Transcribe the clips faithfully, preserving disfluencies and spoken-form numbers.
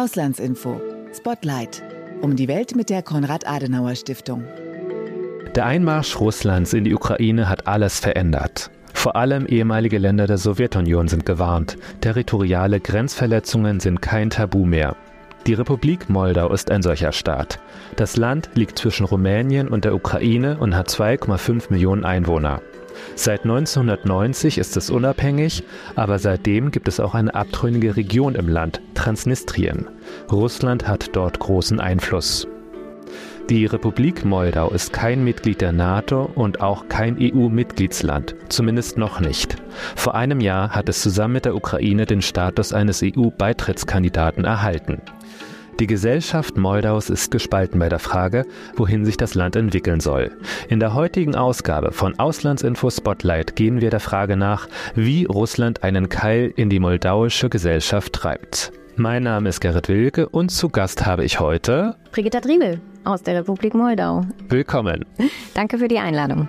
Auslandsinfo. Spotlight. Um die Welt mit der Konrad-Adenauer-Stiftung. Der Einmarsch Russlands in die Ukraine hat alles verändert. Vor allem ehemalige Länder der Sowjetunion sind gewarnt. Territoriale Grenzverletzungen sind kein Tabu mehr. Die Republik Moldau ist ein solcher Staat. Das Land liegt zwischen Rumänien und der Ukraine und hat zwei Komma fünf Millionen Einwohner. Seit neunzehnhundertneunzig ist es unabhängig, aber seitdem gibt es auch eine abtrünnige Region im Land, Transnistrien. Russland hat dort großen Einfluss. Die Republik Moldau ist kein Mitglied der NATO und auch kein E U-Mitgliedsland, zumindest noch nicht. Vor einem Jahr hat es zusammen mit der Ukraine den Status eines E U-Beitrittskandidaten erhalten. Die Gesellschaft Moldaus ist gespalten bei der Frage, wohin sich das Land entwickeln soll. In der heutigen Ausgabe von Auslandsinfo Spotlight gehen wir der Frage nach, wie Russland einen Keil in die moldauische Gesellschaft treibt. Mein Name ist Gerrit Wilke und zu Gast habe ich heute Brigitta Driebel aus der Republik Moldau. Willkommen. Danke für die Einladung.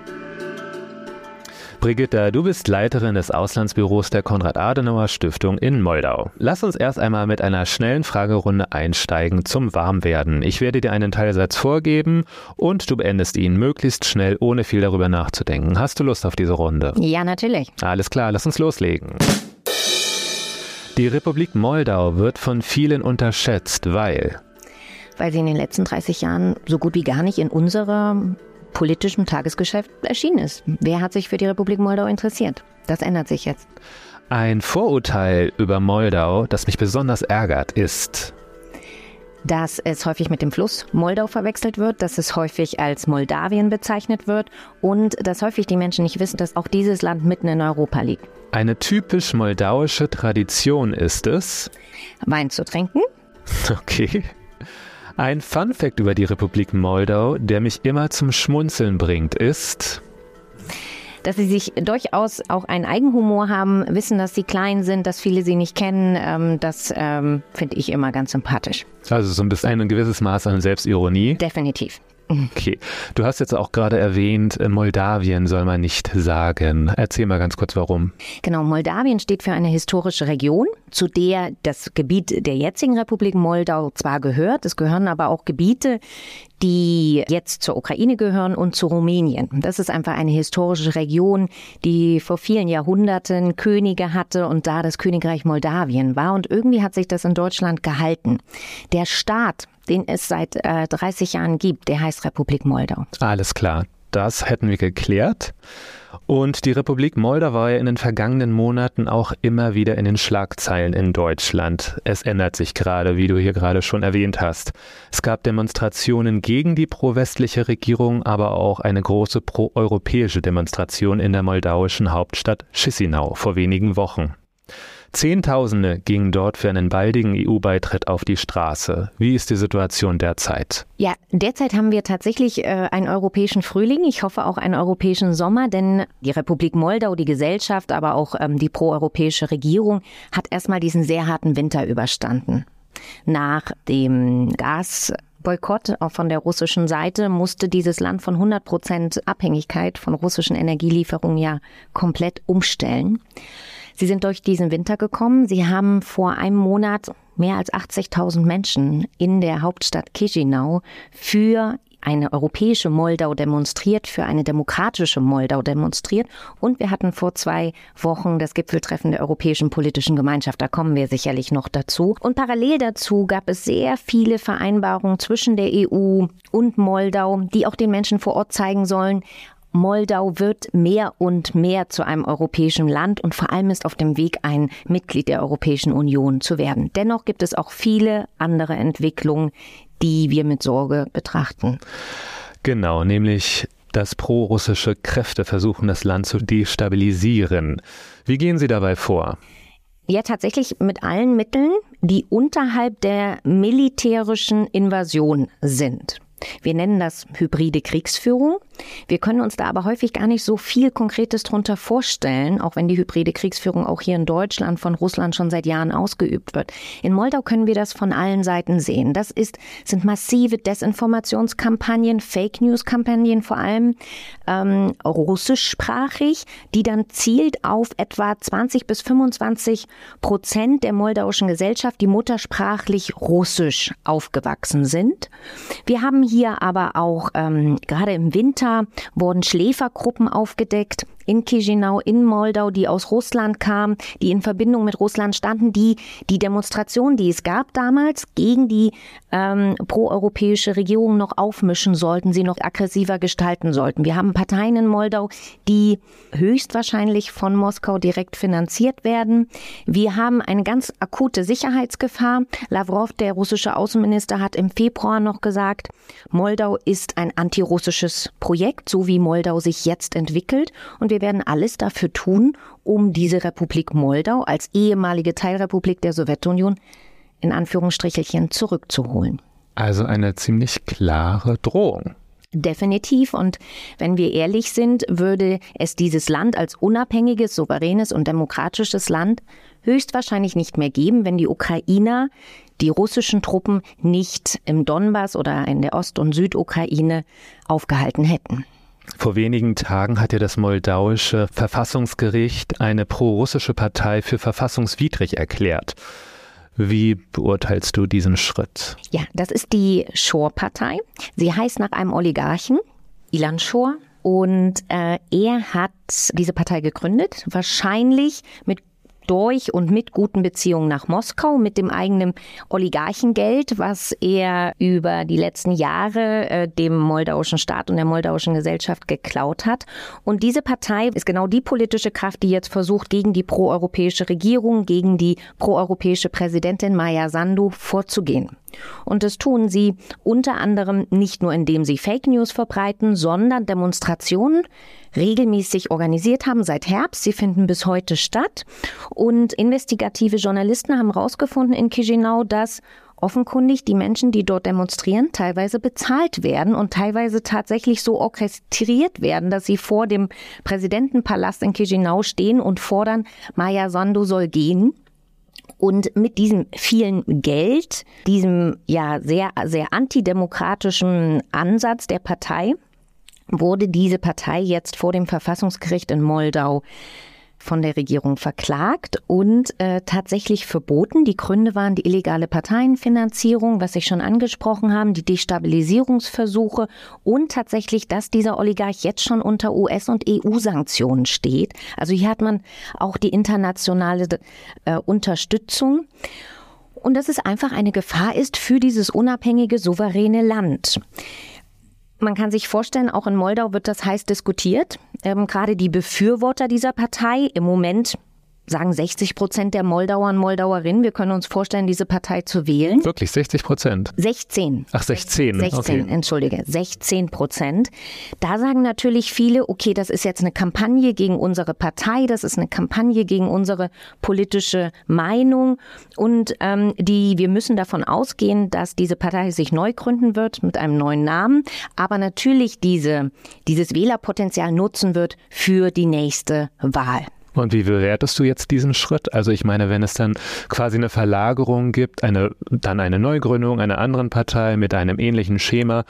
Brigitta, du bist Leiterin des Auslandsbüros der Konrad-Adenauer-Stiftung in Moldau. Lass uns erst einmal mit einer schnellen Fragerunde einsteigen zum Warmwerden. Ich werde dir einen Teilsatz vorgeben und du beendest ihn möglichst schnell, ohne viel darüber nachzudenken. Hast du Lust auf diese Runde? Ja, natürlich. Alles klar, lass uns loslegen. Die Republik Moldau wird von vielen unterschätzt, weil... Weil sie in den letzten dreißig Jahren so gut wie gar nicht in unserer politischem Tagesgeschäft erschienen ist. Wer hat sich für die Republik Moldau interessiert? Das ändert sich jetzt. Ein Vorurteil über Moldau, das mich besonders ärgert, ist, dass es häufig mit dem Fluss Moldau verwechselt wird, dass es häufig als Moldawien bezeichnet wird und dass häufig die Menschen nicht wissen, dass auch dieses Land mitten in Europa liegt. Eine typisch moldauische Tradition ist es, Wein zu trinken. Okay. Ein Funfact über die Republik Moldau, der mich immer zum Schmunzeln bringt, ist, dass sie sich durchaus auch einen Eigenhumor haben, wissen, dass sie klein sind, dass viele sie nicht kennen. Ähm, das ähm, finde ich immer ganz sympathisch. Also so ein bisschen ein gewisses Maß an Selbstironie. Definitiv. Okay, du hast jetzt auch gerade erwähnt, Moldawien soll man nicht sagen. Erzähl mal ganz kurz, warum. Genau, Moldawien steht für eine historische Region, zu der das Gebiet der jetzigen Republik Moldau zwar gehört, es gehören aber auch Gebiete, die jetzt zur Ukraine gehören und zu Rumänien. Das ist einfach eine historische Region, die vor vielen Jahrhunderten Könige hatte und da das Königreich Moldawien war. Und irgendwie hat sich das in Deutschland gehalten. Der Staat, den es seit äh, dreißig Jahren gibt, der heißt Republik Moldau. Alles klar, das hätten wir geklärt. Und die Republik Moldau war ja in den vergangenen Monaten auch immer wieder in den Schlagzeilen in Deutschland. Es ändert sich gerade, wie du hier gerade schon erwähnt hast. Es gab Demonstrationen gegen die pro-westliche Regierung, aber auch eine große pro-europäische Demonstration in der moldauischen Hauptstadt Chișinău vor wenigen Wochen. Zehntausende gingen dort für einen baldigen E U-Beitritt auf die Straße. Wie ist die Situation derzeit? Ja, derzeit haben wir tatsächlich äh, einen europäischen Frühling. Ich hoffe auch einen europäischen Sommer, denn die Republik Moldau, die Gesellschaft, aber auch ähm, die proeuropäische Regierung hat erstmal diesen sehr harten Winter überstanden. Nach dem Gasboykott von der russischen Seite musste dieses Land von hundert Prozent Abhängigkeit von russischen Energielieferungen ja komplett umstellen. Sie sind durch diesen Winter gekommen. Sie haben vor einem Monat mehr als achtzigtausend Menschen in der Hauptstadt Chișinău für eine europäische Moldau demonstriert, für eine demokratische Moldau demonstriert. Und wir hatten vor zwei Wochen das Gipfeltreffen der Europäischen Politischen Gemeinschaft. Da kommen wir sicherlich noch dazu. Und parallel dazu gab es sehr viele Vereinbarungen zwischen der E U und Moldau, die auch den Menschen vor Ort zeigen sollen, Moldau wird mehr und mehr zu einem europäischen Land und vor allem ist auf dem Weg, ein Mitglied der Europäischen Union zu werden. Dennoch gibt es auch viele andere Entwicklungen, die wir mit Sorge betrachten. Genau, nämlich dass pro-russische Kräfte versuchen, das Land zu destabilisieren. Wie gehen Sie dabei vor? Ja, tatsächlich mit allen Mitteln, die unterhalb der militärischen Invasion sind. Wir nennen das hybride Kriegsführung. Wir können uns da aber häufig gar nicht so viel Konkretes drunter vorstellen, auch wenn die hybride Kriegsführung auch hier in Deutschland von Russland schon seit Jahren ausgeübt wird. In Moldau können wir das von allen Seiten sehen. Das ist, sind massive Desinformationskampagnen, Fake-News-Kampagnen vor allem, ähm, russischsprachig, die dann zielt auf etwa zwanzig bis fünfundzwanzig Prozent der moldauischen Gesellschaft, die muttersprachlich russisch aufgewachsen sind. Wir haben hier aber auch, ähm, gerade im Winter wurden Schläfergruppen aufgedeckt in Chișinău, in Moldau, die aus Russland kamen, die in Verbindung mit Russland standen, die die Demonstrationen, die es gab damals, gegen die ähm, proeuropäische Regierung noch aufmischen sollten, sie noch aggressiver gestalten sollten. Wir haben Parteien in Moldau, die höchstwahrscheinlich von Moskau direkt finanziert werden. Wir haben eine ganz akute Sicherheitsgefahr. Lavrov, der russische Außenminister, hat im Februar noch gesagt, Moldau ist ein antirussisches Projekt, so wie Moldau sich jetzt entwickelt. Und wir werden alles dafür tun, um diese Republik Moldau als ehemalige Teilrepublik der Sowjetunion in Anführungsstrichelchen zurückzuholen. Also eine ziemlich klare Drohung. Definitiv. Und wenn wir ehrlich sind, würde es dieses Land als unabhängiges, souveränes und demokratisches Land höchstwahrscheinlich nicht mehr geben, wenn die Ukrainer die russischen Truppen nicht im Donbass oder in der Ost- und Südukraine aufgehalten hätten. Vor wenigen Tagen hat ja das moldauische Verfassungsgericht eine pro-russische Partei für verfassungswidrig erklärt. Wie beurteilst du diesen Schritt? Ja, das ist die Shor-Partei. Sie heißt nach einem Oligarchen, Ilan Shor. Und äh, er hat diese Partei gegründet, wahrscheinlich mit durch und mit guten Beziehungen nach Moskau, mit dem eigenen Oligarchengeld, was er über die letzten Jahre äh, dem moldauischen Staat und der moldauischen Gesellschaft geklaut hat. Und diese Partei ist genau die politische Kraft, die jetzt versucht, gegen die proeuropäische Regierung, gegen die proeuropäische Präsidentin Maia Sandu vorzugehen. Und das tun sie unter anderem nicht nur, indem sie Fake News verbreiten, sondern Demonstrationen regelmäßig organisiert haben seit Herbst. Sie finden bis heute statt. Und investigative Journalisten haben herausgefunden in Chișinău, dass offenkundig die Menschen, die dort demonstrieren, teilweise bezahlt werden und teilweise tatsächlich so orchestriert werden, dass sie vor dem Präsidentenpalast in Chișinău stehen und fordern, Maia Sandu soll gehen. Und mit diesem vielen Geld, diesem ja sehr, sehr antidemokratischen Ansatz der Partei, wurde diese Partei jetzt vor dem Verfassungsgericht in Moldau von der Regierung verklagt und äh, tatsächlich verboten. Die Gründe waren die illegale Parteienfinanzierung, was ich schon angesprochen habe, die Destabilisierungsversuche und tatsächlich, dass dieser Oligarch jetzt schon unter U S- und E U-Sanktionen steht. Also hier hat man auch die internationale äh, Unterstützung. Und dass es einfach eine Gefahr ist für dieses unabhängige, souveräne Land. Man kann sich vorstellen, auch in Moldau wird das heiß diskutiert. Ähm, gerade die Befürworter dieser Partei, im Moment sagen sechzig Prozent der Moldauer und Moldauerinnen, wir können uns vorstellen, diese Partei zu wählen. Wirklich, sechzig Prozent? sechzehn. Ach, sechzehn. sechzehn, okay. Entschuldige, sechzehn Prozent. Da sagen natürlich viele, okay, das ist jetzt eine Kampagne gegen unsere Partei, das ist eine Kampagne gegen unsere politische Meinung und ähm, die, wir müssen davon ausgehen, dass diese Partei sich neu gründen wird mit einem neuen Namen, aber natürlich diese, dieses Wählerpotenzial nutzen wird für die nächste Wahl. Und wie bewertest du jetzt diesen Schritt? Also ich meine, wenn es dann quasi eine Verlagerung gibt, eine, dann eine Neugründung einer anderen Partei mit einem ähnlichen Schema,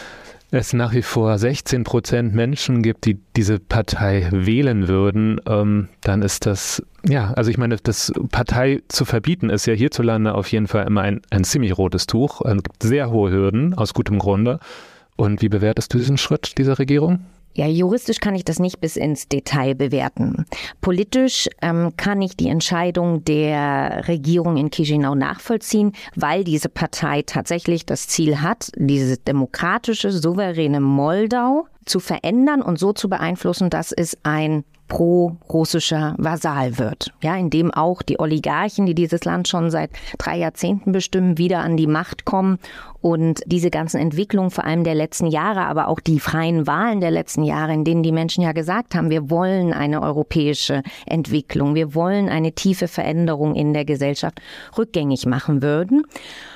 es nach wie vor sechzehn Prozent Menschen gibt, die diese Partei wählen würden, ähm, dann ist das, ja, also ich meine, das Partei zu verbieten ist ja hierzulande auf jeden Fall immer ein, ein ziemlich rotes Tuch. Es gibt sehr hohe Hürden, aus gutem Grunde. Und wie bewertest du diesen Schritt dieser Regierung? Ja, juristisch kann ich das nicht bis ins Detail bewerten. Politisch ähm, kann ich die Entscheidung der Regierung in Chișinău nachvollziehen, weil diese Partei tatsächlich das Ziel hat, dieses demokratische, souveräne Moldau zu verändern und so zu beeinflussen, dass es ein pro-russischer Vasall wird, ja, in dem auch die Oligarchen, die dieses Land schon seit drei Jahrzehnten bestimmen, wieder an die Macht kommen und diese ganzen Entwicklungen, vor allem der letzten Jahre, aber auch die freien Wahlen der letzten Jahre, in denen die Menschen ja gesagt haben, wir wollen eine europäische Entwicklung, wir wollen eine tiefe Veränderung in der Gesellschaft, rückgängig machen würden.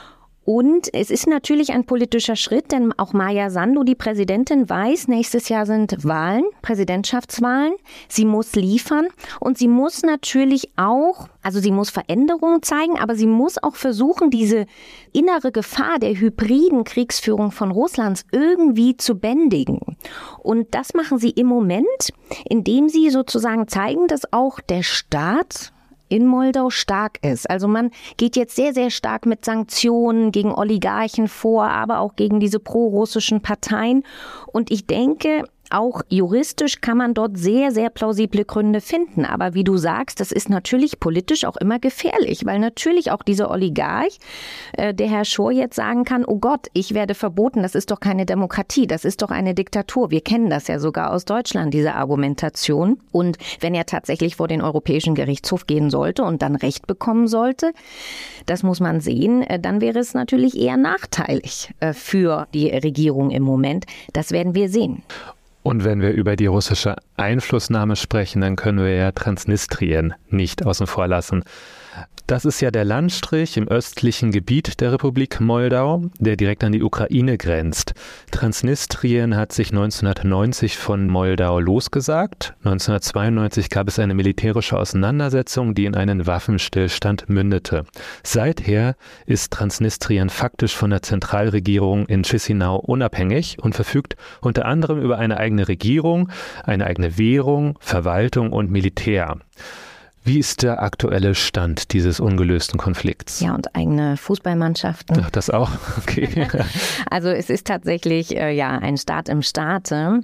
Und es ist natürlich ein politischer Schritt, denn auch Maja Sandu, die Präsidentin, weiß, nächstes Jahr sind Wahlen, Präsidentschaftswahlen. Sie muss liefern und sie muss natürlich auch, also sie muss Veränderungen zeigen, aber sie muss auch versuchen, diese innere Gefahr der hybriden Kriegsführung von Russlands irgendwie zu bändigen. Und das machen sie im Moment, indem sie sozusagen zeigen, dass auch der Staat in Moldau stark ist. Also man geht jetzt sehr, sehr stark mit Sanktionen gegen Oligarchen vor, aber auch gegen diese pro-russischen Parteien. Und ich denke, auch juristisch kann man dort sehr, sehr plausible Gründe finden. Aber wie du sagst, das ist natürlich politisch auch immer gefährlich, weil natürlich auch dieser Oligarch, äh, der Herr Schor jetzt sagen kann, oh Gott, ich werde verboten, das ist doch keine Demokratie, das ist doch eine Diktatur. Wir kennen das ja sogar aus Deutschland, diese Argumentation. Und wenn er tatsächlich vor den Europäischen Gerichtshof gehen sollte und dann Recht bekommen sollte, das muss man sehen, äh, dann wäre es natürlich eher nachteilig äh, für die Regierung im Moment. Das werden wir sehen. Und wenn wir über die russische Einflussnahme sprechen, dann können wir ja Transnistrien nicht außen vor lassen. Das ist ja der Landstrich im östlichen Gebiet der Republik Moldau, der direkt an die Ukraine grenzt. Transnistrien hat sich neunzehnhundertneunzig von Moldau losgesagt. neunzehnhundertzweiundneunzig gab es eine militärische Auseinandersetzung, die in einen Waffenstillstand mündete. Seither ist Transnistrien faktisch von der Zentralregierung in Chisinau unabhängig und verfügt unter anderem über eine eigene Regierung, eine eigene Währung, Verwaltung und Militär. Wie ist der aktuelle Stand dieses ungelösten Konflikts? Ja, und eigene Fußballmannschaften. Ach, das auch? Okay. Also es ist tatsächlich äh, ja ein Staat im Staate.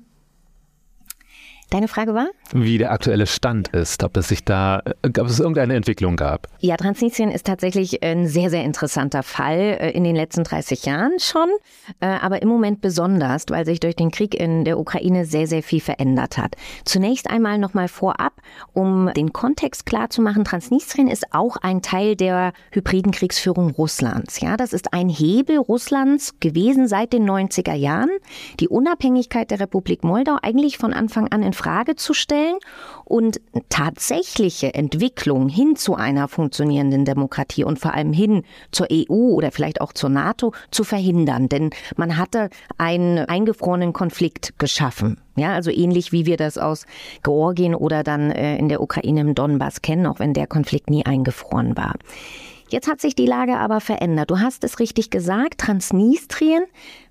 Deine Frage war? Wie der aktuelle Stand ist, ob es sich da, ob es irgendeine Entwicklung gab. Ja, Transnistrien ist tatsächlich ein sehr, sehr interessanter Fall in den letzten dreißig Jahren schon, aber im Moment besonders, weil sich durch den Krieg in der Ukraine sehr, sehr viel verändert hat. Zunächst einmal nochmal vorab, um den Kontext klar zu machen, Transnistrien ist auch ein Teil der hybriden Kriegsführung Russlands. Ja, das ist ein Hebel Russlands gewesen seit den neunziger Jahren, die Unabhängigkeit der Republik Moldau eigentlich von Anfang an in Frage zu stellen und tatsächliche Entwicklung hin zu einer funktionierenden Demokratie und vor allem hin zur E U oder vielleicht auch zur NATO zu verhindern. Denn man hatte einen eingefrorenen Konflikt geschaffen. Ja, also ähnlich wie wir das aus Georgien oder dann äh, in der Ukraine im Donbass kennen, auch wenn der Konflikt nie eingefroren war. Jetzt hat sich die Lage aber verändert. Du hast es richtig gesagt, Transnistrien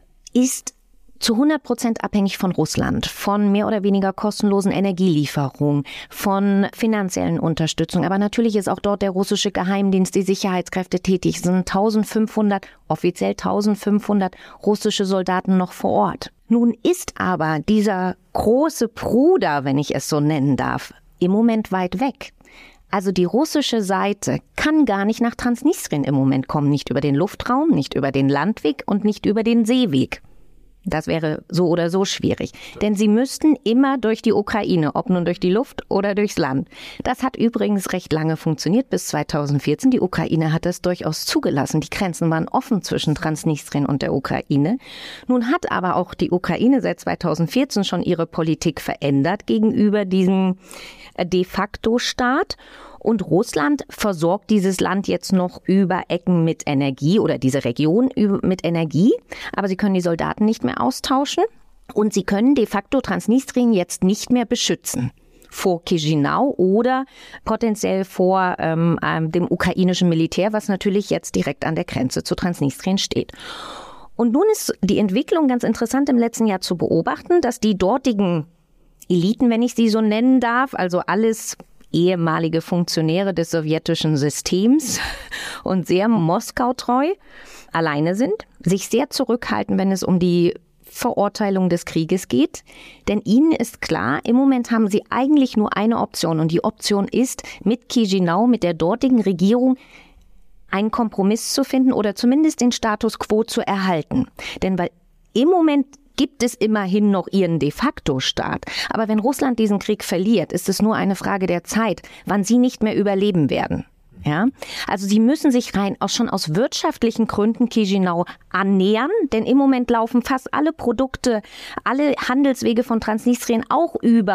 ist zu hundert Prozent abhängig von Russland, von mehr oder weniger kostenlosen Energielieferungen, von finanziellen Unterstützung. Aber natürlich ist auch dort der russische Geheimdienst, die Sicherheitskräfte tätig. Es sind eintausendfünfhundert, offiziell eintausendfünfhundert russische Soldaten noch vor Ort. Nun ist aber dieser große Bruder, wenn ich es so nennen darf, im Moment weit weg. Also die russische Seite kann gar nicht nach Transnistrien im Moment kommen, nicht über den Luftraum, nicht über den Landweg und nicht über den Seeweg. Das wäre so oder so schwierig, denn sie müssten immer durch die Ukraine, ob nun durch die Luft oder durchs Land. Das hat übrigens recht lange funktioniert, bis zweitausendvierzehn. Die Ukraine hat es durchaus zugelassen. Die Grenzen waren offen zwischen Transnistrien und der Ukraine. Nun hat aber auch die Ukraine seit zweitausendvierzehn schon ihre Politik verändert gegenüber diesem de facto Staat. Und Russland versorgt dieses Land jetzt noch über Ecken mit Energie oder diese Region mit Energie. Aber sie können die Soldaten nicht mehr austauschen und sie können de facto Transnistrien jetzt nicht mehr beschützen vor Chisinau oder potenziell vor ähm, dem ukrainischen Militär, was natürlich jetzt direkt an der Grenze zu Transnistrien steht. Und nun ist die Entwicklung ganz interessant im letzten Jahr zu beobachten, dass die dortigen Eliten, wenn ich sie so nennen darf, also alles ehemalige Funktionäre des sowjetischen Systems und sehr Moskau-treu, alleine sind, sich sehr zurückhalten, wenn es um die Verurteilung des Krieges geht. Denn ihnen ist klar, im Moment haben sie eigentlich nur eine Option. Und die Option ist, mit Chisinau, mit der dortigen Regierung, einen Kompromiss zu finden oder zumindest den Status quo zu erhalten. Denn weil im Moment gibt es immerhin noch ihren de facto Staat. Aber wenn Russland diesen Krieg verliert, ist es nur eine Frage der Zeit, wann sie nicht mehr überleben werden. Ja, also sie müssen sich rein auch schon aus wirtschaftlichen Gründen Chisinau annähern, denn im Moment laufen fast alle Produkte, alle Handelswege von Transnistrien auch über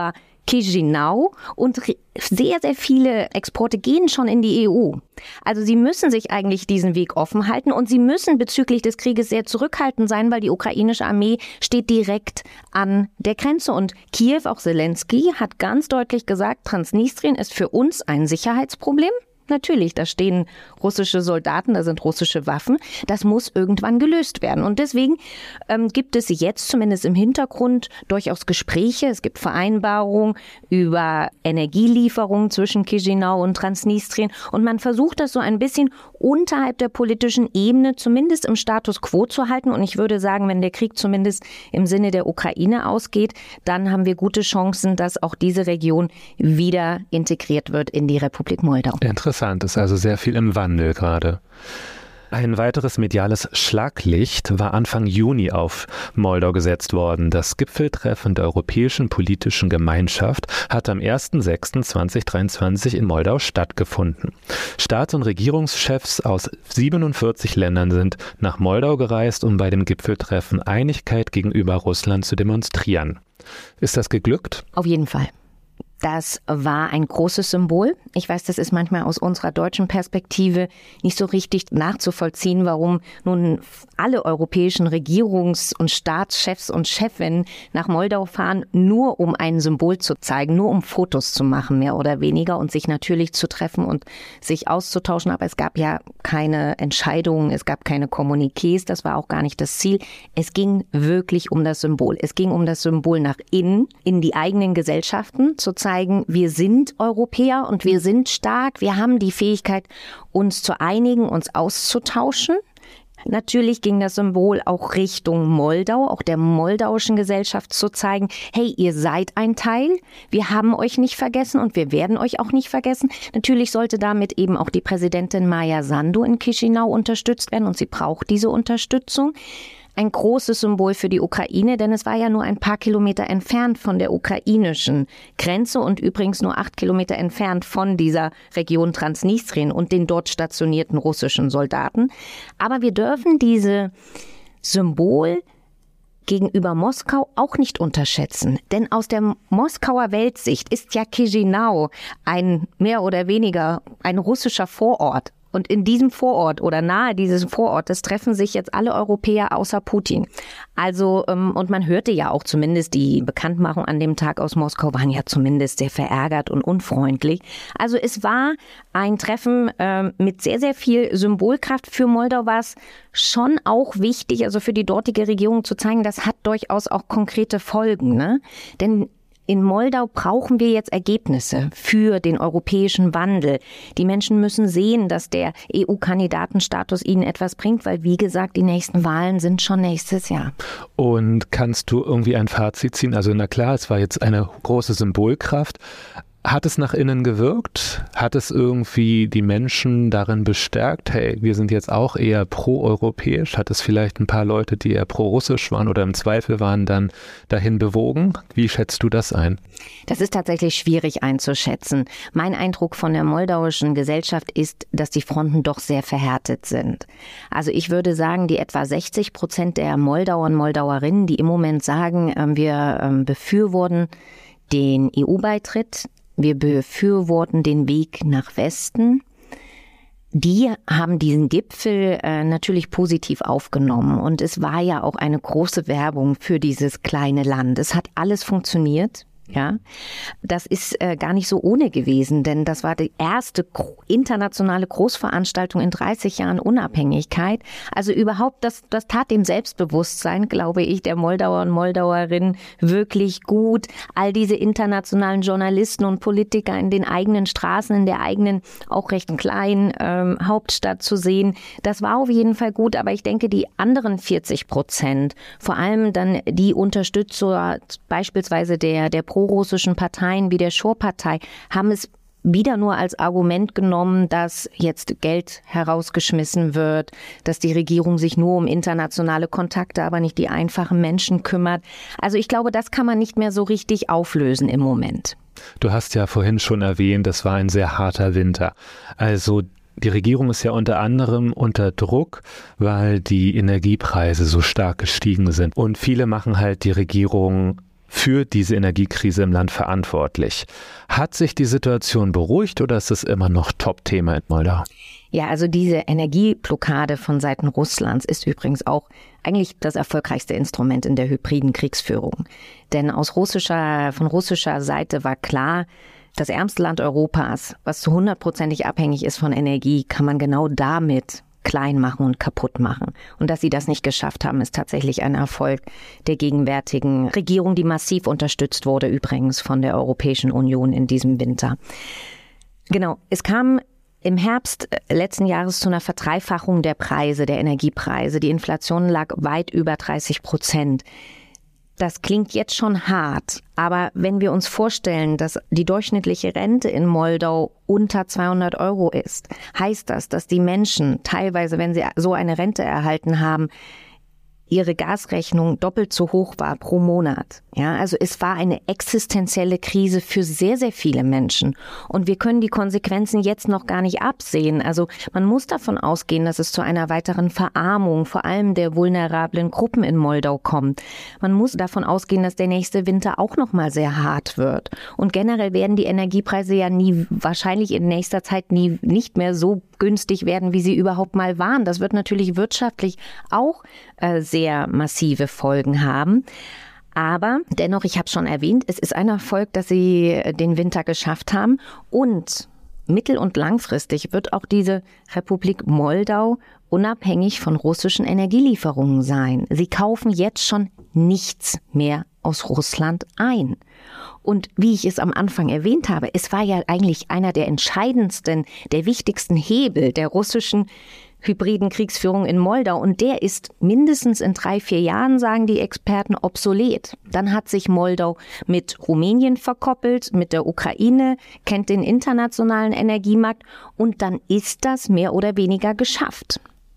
Chișinău und sehr, sehr viele Exporte gehen schon in die E U. Also sie müssen sich eigentlich diesen Weg offen halten und sie müssen bezüglich des Krieges sehr zurückhaltend sein, weil die ukrainische Armee steht direkt an der Grenze. Und Kiew, auch Zelensky, hat ganz deutlich gesagt, Transnistrien ist für uns ein Sicherheitsproblem. Natürlich, da stehen russische Soldaten, da sind russische Waffen. Das muss irgendwann gelöst werden. Und deswegen ähm, gibt es jetzt zumindest im Hintergrund durchaus Gespräche. Es gibt Vereinbarungen über Energielieferungen zwischen Chișinău und Transnistrien. Und man versucht das so ein bisschen unterhalb der politischen Ebene, zumindest im Status quo zu halten. Und ich würde sagen, wenn der Krieg zumindest im Sinne der Ukraine ausgeht, dann haben wir gute Chancen, dass auch diese Region wieder integriert wird in die Republik Moldau. Interessant, ist also sehr viel im Wandel gerade. Ein weiteres mediales Schlaglicht war Anfang Juni auf Moldau gesetzt worden. Das Gipfeltreffen der Europäischen Politischen Gemeinschaft hat am ersten sechsten zweitausenddreiundzwanzig in Moldau stattgefunden. Staats- und Regierungschefs aus siebenundvierzig Ländern sind nach Moldau gereist, um bei dem Gipfeltreffen Einigkeit gegenüber Russland zu demonstrieren. Ist das geglückt? Auf jeden Fall. Das war ein großes Symbol. Ich weiß, das ist manchmal aus unserer deutschen Perspektive nicht so richtig nachzuvollziehen, warum nun alle europäischen Regierungs- und Staatschefs und Chefinnen nach Moldau fahren, nur um ein Symbol zu zeigen, nur um Fotos zu machen, mehr oder weniger, und sich natürlich zu treffen und sich auszutauschen. Aber es gab ja keine Entscheidungen, es gab keine Kommuniqués, das war auch gar nicht das Ziel. Es ging wirklich um das Symbol. Es ging um das Symbol nach innen, in die eigenen Gesellschaften, zu zeigen, wir sind Europäer und wir sind stark, wir haben die Fähigkeit, uns zu einigen, uns auszutauschen. Natürlich ging das Symbol auch Richtung Moldau, auch der moldauischen Gesellschaft zu zeigen, hey, ihr seid ein Teil, wir haben euch nicht vergessen und wir werden euch auch nicht vergessen. Natürlich sollte damit eben auch die Präsidentin Maia Sandu in Chișinău unterstützt werden und sie braucht diese Unterstützung. Ein großes Symbol für die Ukraine, denn es war ja nur ein paar Kilometer entfernt von der ukrainischen Grenze und übrigens nur acht Kilometer entfernt von dieser Region Transnistrien und den dort stationierten russischen Soldaten. Aber wir dürfen diese Symbol gegenüber Moskau auch nicht unterschätzen. Denn aus der Moskauer Weltsicht ist ja Chișinău ein mehr oder weniger ein russischer Vorort. Und in diesem Vorort oder nahe dieses Vorortes treffen sich jetzt alle Europäer außer Putin. Also, und man hörte ja auch zumindest, die Bekanntmachung an dem Tag aus Moskau waren ja zumindest sehr verärgert und unfreundlich. Also es war ein Treffen äh, mit sehr, sehr viel Symbolkraft. Für Moldau war es schon auch wichtig, also für die dortige Regierung zu zeigen, das hat durchaus auch konkrete Folgen, ne? Denn in Moldau brauchen wir jetzt Ergebnisse für den europäischen Wandel. Die Menschen müssen sehen, dass der E U-Kandidatenstatus ihnen etwas bringt, weil, wie gesagt, die nächsten Wahlen sind schon nächstes Jahr. Und kannst du irgendwie ein Fazit ziehen? Also na klar, es war jetzt eine große Symbolkraft. Hat es nach innen gewirkt? Hat es irgendwie die Menschen darin bestärkt, hey, wir sind jetzt auch eher pro-europäisch? Hat es vielleicht ein paar Leute, die eher pro-russisch waren oder im Zweifel waren, dann dahin bewogen? Wie schätzt du das ein? Das ist tatsächlich schwierig einzuschätzen. Mein Eindruck von der moldauischen Gesellschaft ist, dass die Fronten doch sehr verhärtet sind. Also ich würde sagen, die etwa sechzig Prozent der Moldauer und Moldauerinnen, die im Moment sagen, wir befürworten den E U-Beitritt, wir befürworten den Weg nach Westen. Die haben diesen Gipfel äh, natürlich positiv aufgenommen. Und es war ja auch eine große Werbung für dieses kleine Land. Es hat alles funktioniert. Ja, das ist äh, gar nicht so ohne gewesen, denn das war die erste gro- internationale Großveranstaltung in dreißig Jahren Unabhängigkeit. Also überhaupt, das, das tat dem Selbstbewusstsein, glaube ich, der Moldauer und Moldauerinnen wirklich gut. All diese internationalen Journalisten und Politiker in den eigenen Straßen, in der eigenen, auch recht kleinen ähm, Hauptstadt zu sehen, das war auf jeden Fall gut. Aber ich denke, die anderen vierzig Prozent, vor allem dann die Unterstützer beispielsweise der, der pro-russischen Parteien wie der Shor-Partei, haben es wieder nur als Argument genommen, dass jetzt Geld herausgeschmissen wird, dass die Regierung sich nur um internationale Kontakte, aber nicht die einfachen Menschen kümmert. Also ich glaube, das kann man nicht mehr so richtig auflösen im Moment. Du hast ja vorhin schon erwähnt, es war ein sehr harter Winter. Also die Regierung ist ja unter anderem unter Druck, weil die Energiepreise so stark gestiegen sind. Und viele machen halt die Regierung für diese Energiekrise im Land verantwortlich. Hat sich die Situation beruhigt oder ist es immer noch Top-Thema in Moldau? Ja, also diese Energieblockade von Seiten Russlands ist übrigens auch eigentlich das erfolgreichste Instrument in der hybriden Kriegsführung. Denn aus russischer, von russischer Seite war klar, das ärmste Land Europas, was zu hundertprozentig abhängig ist von Energie, kann man genau damit klein machen und kaputt machen. Und dass sie das nicht geschafft haben, ist tatsächlich ein Erfolg der gegenwärtigen Regierung, die massiv unterstützt wurde übrigens von der Europäischen Union in diesem Winter. Genau, es kam im Herbst letzten Jahres zu einer Verdreifachung der Preise, der Energiepreise. Die Inflation lag weit über dreißig Prozent. Das klingt jetzt schon hart, aber wenn wir uns vorstellen, dass die durchschnittliche Rente in Moldau unter zweihundert Euro ist, heißt das, dass die Menschen teilweise, wenn sie so eine Rente erhalten haben, ihre Gasrechnung doppelt so hoch war pro Monat. Ja, also es war eine existenzielle Krise für sehr, sehr viele Menschen. Und wir können die Konsequenzen jetzt noch gar nicht absehen. Also man muss davon ausgehen, dass es zu einer weiteren Verarmung, vor allem der vulnerablen Gruppen in Moldau kommt. Man muss davon ausgehen, dass der nächste Winter auch noch mal sehr hart wird. Und generell werden die Energiepreise ja nie, wahrscheinlich in nächster Zeit nie, nicht mehr so günstig werden, wie sie überhaupt mal waren. Das wird natürlich wirtschaftlich auch äh, sehr massive Folgen haben. Aber dennoch, ich habe schon erwähnt, es ist ein Erfolg, dass sie den Winter geschafft haben. Und mittel- und langfristig wird auch diese Republik Moldau unabhängig von russischen Energielieferungen sein. Sie kaufen jetzt schon nichts mehr aus Russland ein. Und wie ich es am Anfang erwähnt habe, es war ja eigentlich einer der entscheidendsten, der wichtigsten Hebel der russischen hybriden Kriegsführung in Moldau. Und der ist mindestens in drei, vier Jahren, sagen die Experten, obsolet. Dann hat sich Moldau mit Rumänien verkoppelt, mit der Ukraine, kennt den internationalen Energiemarkt und dann ist das mehr oder weniger geschafft.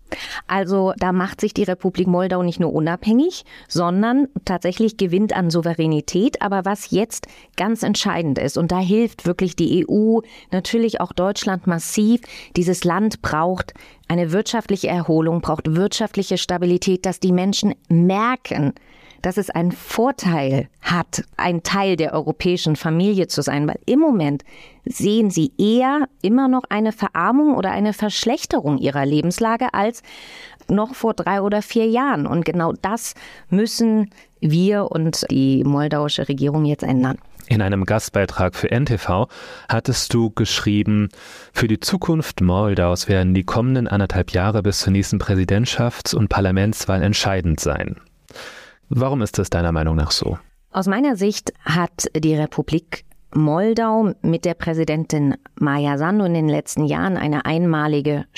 Also da macht sich die Republik Moldau nicht nur unabhängig, sondern tatsächlich gewinnt an Souveränität. Aber was jetzt ganz entscheidend ist, und da hilft wirklich die E U, natürlich auch Deutschland massiv, dieses Land braucht eine wirtschaftliche Erholung, braucht wirtschaftliche Stabilität, dass die Menschen merken, dass es einen Vorteil hat, ein Teil der europäischen Familie zu sein, weil im Moment sehen sie eher immer noch eine Verarmung oder eine Verschlechterung ihrer Lebenslage als noch vor drei oder vier Jahren. Und genau das müssen wir und die moldauische Regierung jetzt ändern. In einem Gastbeitrag für N T V hattest du geschrieben, für die Zukunft Moldaus werden die kommenden anderthalb Jahre bis zur nächsten Präsidentschafts- und Parlamentswahl entscheidend sein. Warum ist das deiner Meinung nach so? Aus meiner Sicht hat die Republik Moldau mit der Präsidentin Maia Sandu in den letzten Jahren eine einmalige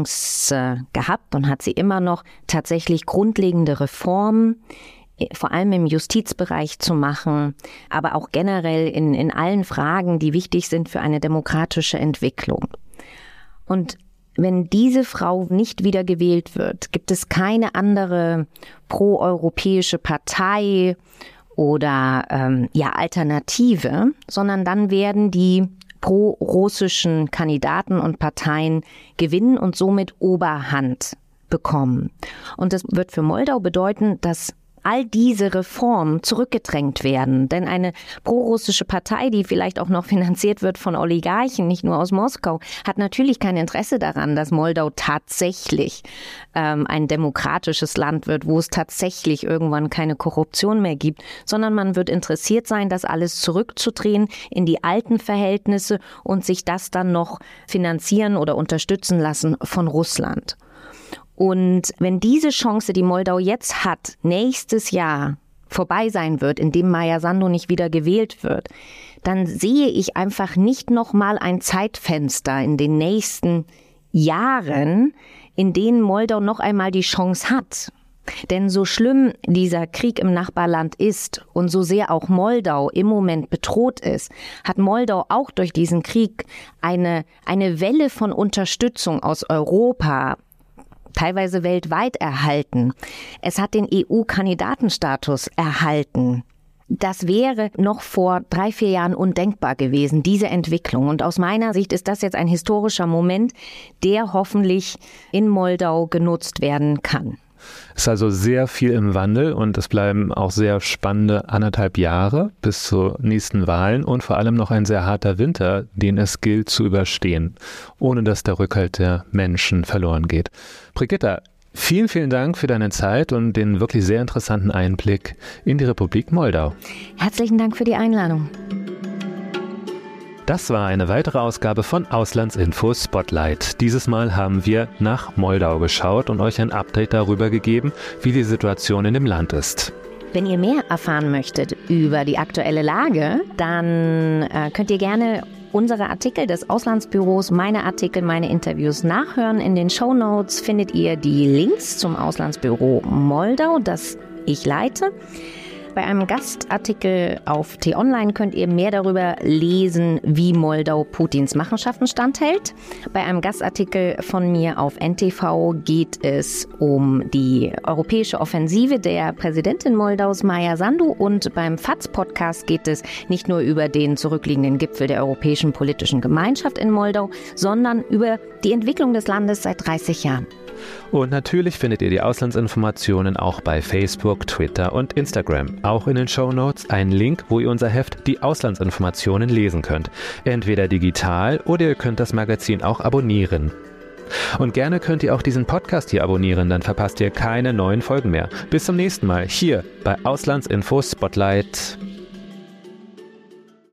Chance gehabt und hat sie immer noch, tatsächlich grundlegende Reformen, vor allem im Justizbereich zu machen, aber auch generell in, in allen Fragen, die wichtig sind für eine demokratische Entwicklung. Und wenn diese Frau nicht wieder gewählt wird, gibt es keine andere proeuropäische Partei oder ähm, ja Alternative, sondern dann werden die pro-russischen Kandidaten und Parteien gewinnen und somit Oberhand bekommen. Und das wird für Moldau bedeuten, dass all diese Reformen zurückgedrängt werden. Denn eine prorussische Partei, die vielleicht auch noch finanziert wird von Oligarchen, nicht nur aus Moskau, hat natürlich kein Interesse daran, dass Moldau tatsächlich ähm, ein demokratisches Land wird, wo es tatsächlich irgendwann keine Korruption mehr gibt, sondern man wird interessiert sein, das alles zurückzudrehen in die alten Verhältnisse und sich das dann noch finanzieren oder unterstützen lassen von Russland. Und wenn diese Chance, die Moldau jetzt hat, nächstes Jahr vorbei sein wird, indem Maia Sandu nicht wieder gewählt wird, dann sehe ich einfach nicht nochmal ein Zeitfenster in den nächsten Jahren, in denen Moldau noch einmal die Chance hat. Denn so schlimm dieser Krieg im Nachbarland ist und so sehr auch Moldau im Moment bedroht ist, hat Moldau auch durch diesen Krieg eine, eine Welle von Unterstützung aus Europa, teilweise weltweit erhalten. Es hat den E U-Kandidatenstatus erhalten. Das wäre noch vor drei, vier Jahren undenkbar gewesen, diese Entwicklung. Und aus meiner Sicht ist das jetzt ein historischer Moment, der hoffentlich in Moldau genutzt werden kann. Es ist also sehr viel im Wandel und es bleiben auch sehr spannende anderthalb Jahre bis zu nächsten Wahlen und vor allem noch ein sehr harter Winter, den es gilt zu überstehen, ohne dass der Rückhalt der Menschen verloren geht. Brigitta, vielen, vielen Dank für deine Zeit und den wirklich sehr interessanten Einblick in die Republik Moldau. Herzlichen Dank für die Einladung. Das war eine weitere Ausgabe von Auslandsinfo Spotlight. Dieses Mal haben wir nach Moldau geschaut und euch ein Update darüber gegeben, wie die Situation in dem Land ist. Wenn ihr mehr erfahren möchtet über die aktuelle Lage, dann äh, könnt ihr gerne unsere Artikel des Auslandsbüros, meine Artikel, meine Interviews nachhören. In den Shownotes findet ihr die Links zum Auslandsbüro Moldau, das ich leite. Bei einem Gastartikel auf T-Online könnt ihr mehr darüber lesen, wie Moldau Putins Machenschaften standhält. Bei einem Gastartikel von mir auf N T V geht es um die europäische Offensive der Präsidentin Moldaus, Maia Sandu. Und beim F A Z Podcast geht es nicht nur über den zurückliegenden Gipfel der Europäischen Politischen Gemeinschaft in Moldau, sondern über die Entwicklung des Landes seit dreißig Jahren. Und natürlich findet ihr die Auslandsinformationen auch bei Facebook, Twitter und Instagram. Auch in den Shownotes ein Link, wo ihr unser Heft Die Auslandsinformationen lesen könnt. Entweder digital oder ihr könnt das Magazin auch abonnieren. Und gerne könnt ihr auch diesen Podcast hier abonnieren, dann verpasst ihr keine neuen Folgen mehr. Bis zum nächsten Mal hier bei Auslandsinfo Spotlight.